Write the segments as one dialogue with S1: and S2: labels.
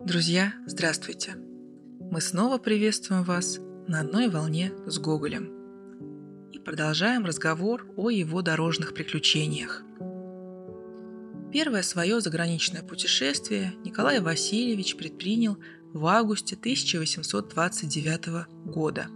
S1: Друзья, здравствуйте! Мы снова приветствуем вас на одной волне с Гоголем и продолжаем разговор о его дорожных приключениях. Первое свое заграничное путешествие Николай Васильевич предпринял в августе 1829 года.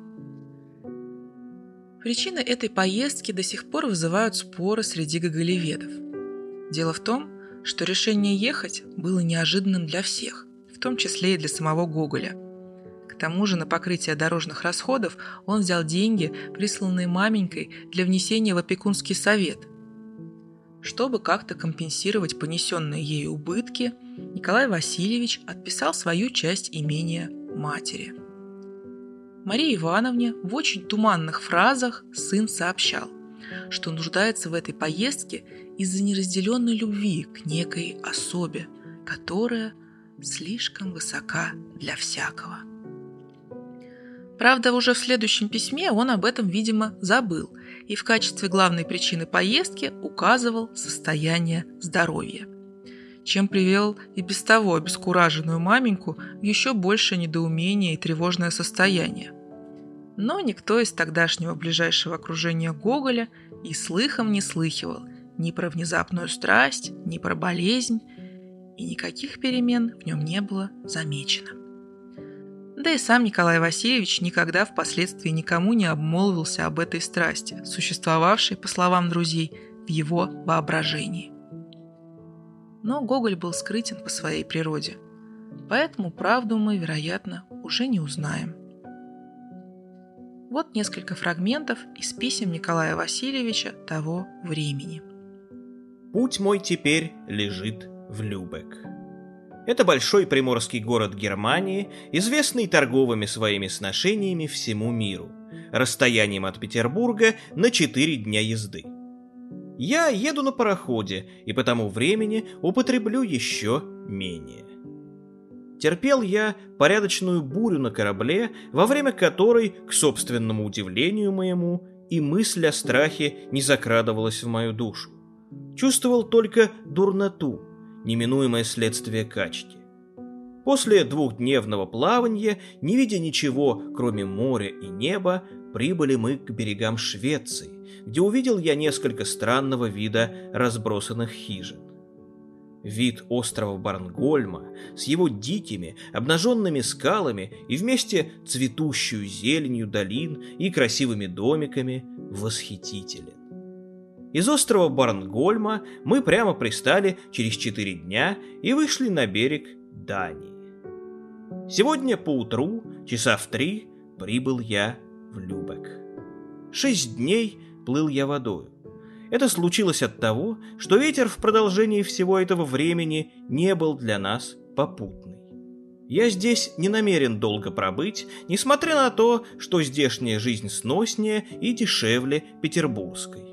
S1: Причины этой поездки до сих пор вызывают споры среди гоголеведов. Дело в том, что решение ехать было неожиданным для всех, в том числе и для самого Гоголя. К тому же на покрытие дорожных расходов он взял деньги, присланные маменькой для внесения в опекунский совет. Чтобы как-то компенсировать понесенные ею убытки, Николай Васильевич отписал свою часть имения матери. Марии Ивановне в очень туманных фразах сын сообщал, что нуждается в этой поездке из-за неразделенной любви к некой особе, которая слишком высока для всякого. Правда, уже в следующем письме он об этом, видимо, забыл и в качестве главной причины поездки указывал состояние здоровья, чем привел и без того обескураженную маменьку в еще большее недоумение и тревожное состояние. Но никто из тогдашнего ближайшего окружения Гоголя и слыхом не слыхивал ни про внезапную страсть, ни про болезнь, и никаких перемен в нем не было замечено. Да и сам Николай Васильевич никогда впоследствии никому не обмолвился об этой страсти, существовавшей, по словам друзей, в его воображении. Но Гоголь был скрытен по своей природе, поэтому правду мы, вероятно, уже не узнаем. Вот несколько фрагментов из писем Николая Васильевича того времени.
S2: «Путь мой теперь лежит в Любек. Это большой приморский город Германии, известный торговыми своими сношениями всему миру, расстоянием от Петербурга на 4 дня езды. Я еду на пароходе, и по тому времени употреблю еще менее. Терпел я порядочную бурю на корабле, во время которой, к собственному удивлению моему, и мысль о страхе не закрадывалась в мою душу. Чувствовал только дурноту, неминуемое следствие качки. После 2-дневного плавания, не видя ничего, кроме моря и неба, прибыли мы к берегам Швеции, где увидел я несколько странного вида разбросанных хижин. Вид острова Борнхольма с его дикими, обнаженными скалами и вместе цветущую зеленью долин и красивыми домиками восхитителен. Из острова Борнхольма мы прямо пристали через 4 дня и вышли на берег Дании. Сегодня поутру, часа в 3, прибыл я в Любек. 6 дней плыл я водою. Это случилось от того, что ветер в продолжении всего этого времени не был для нас попутный. Я здесь не намерен долго пробыть, несмотря на то, что здешняя жизнь сноснее и дешевле петербургской.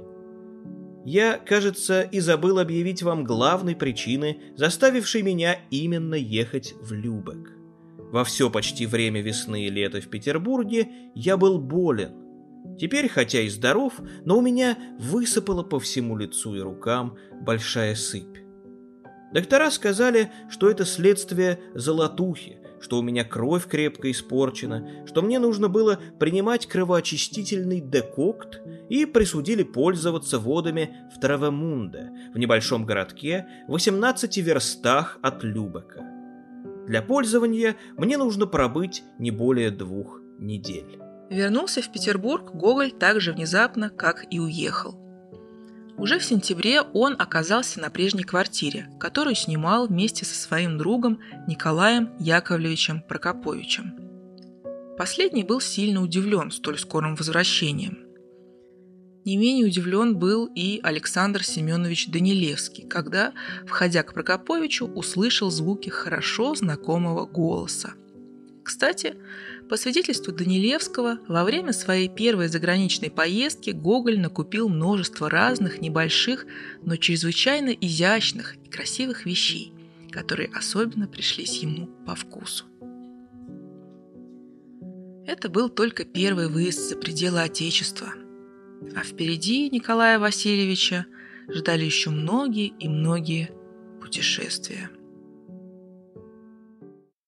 S2: Я, кажется, и забыл объявить вам главной причины, заставившей меня именно ехать в Любек. Во все почти время весны и лета в Петербурге я был болен. Теперь, хотя и здоров, но у меня высыпала по всему лицу и рукам большая сыпь. Доктора сказали, что это следствие золотухи, что у меня кровь крепко испорчена, что мне нужно было принимать кровоочистительный декокт и присудили пользоваться водами в Травемунде, в небольшом городке в 18 верстах от Любека. Для пользования мне нужно пробыть не более 2 недель.
S1: Вернулся в Петербург Гоголь так же внезапно, как и уехал. Уже в сентябре он оказался на прежней квартире, которую снимал вместе со своим другом Николаем Яковлевичем Прокоповичем. Последний был сильно удивлен столь скорым возвращением. Не менее удивлен был и Александр Семенович Данилевский, когда, входя к Прокоповичу, услышал звуки хорошо знакомого голоса. Кстати, по свидетельству Данилевского, во время своей первой заграничной поездки Гоголь накупил множество разных небольших, но чрезвычайно изящных и красивых вещей, которые особенно пришлись ему по вкусу. Это был только первый выезд за пределы Отечества, а впереди Николая Васильевича ждали еще многие и многие путешествия.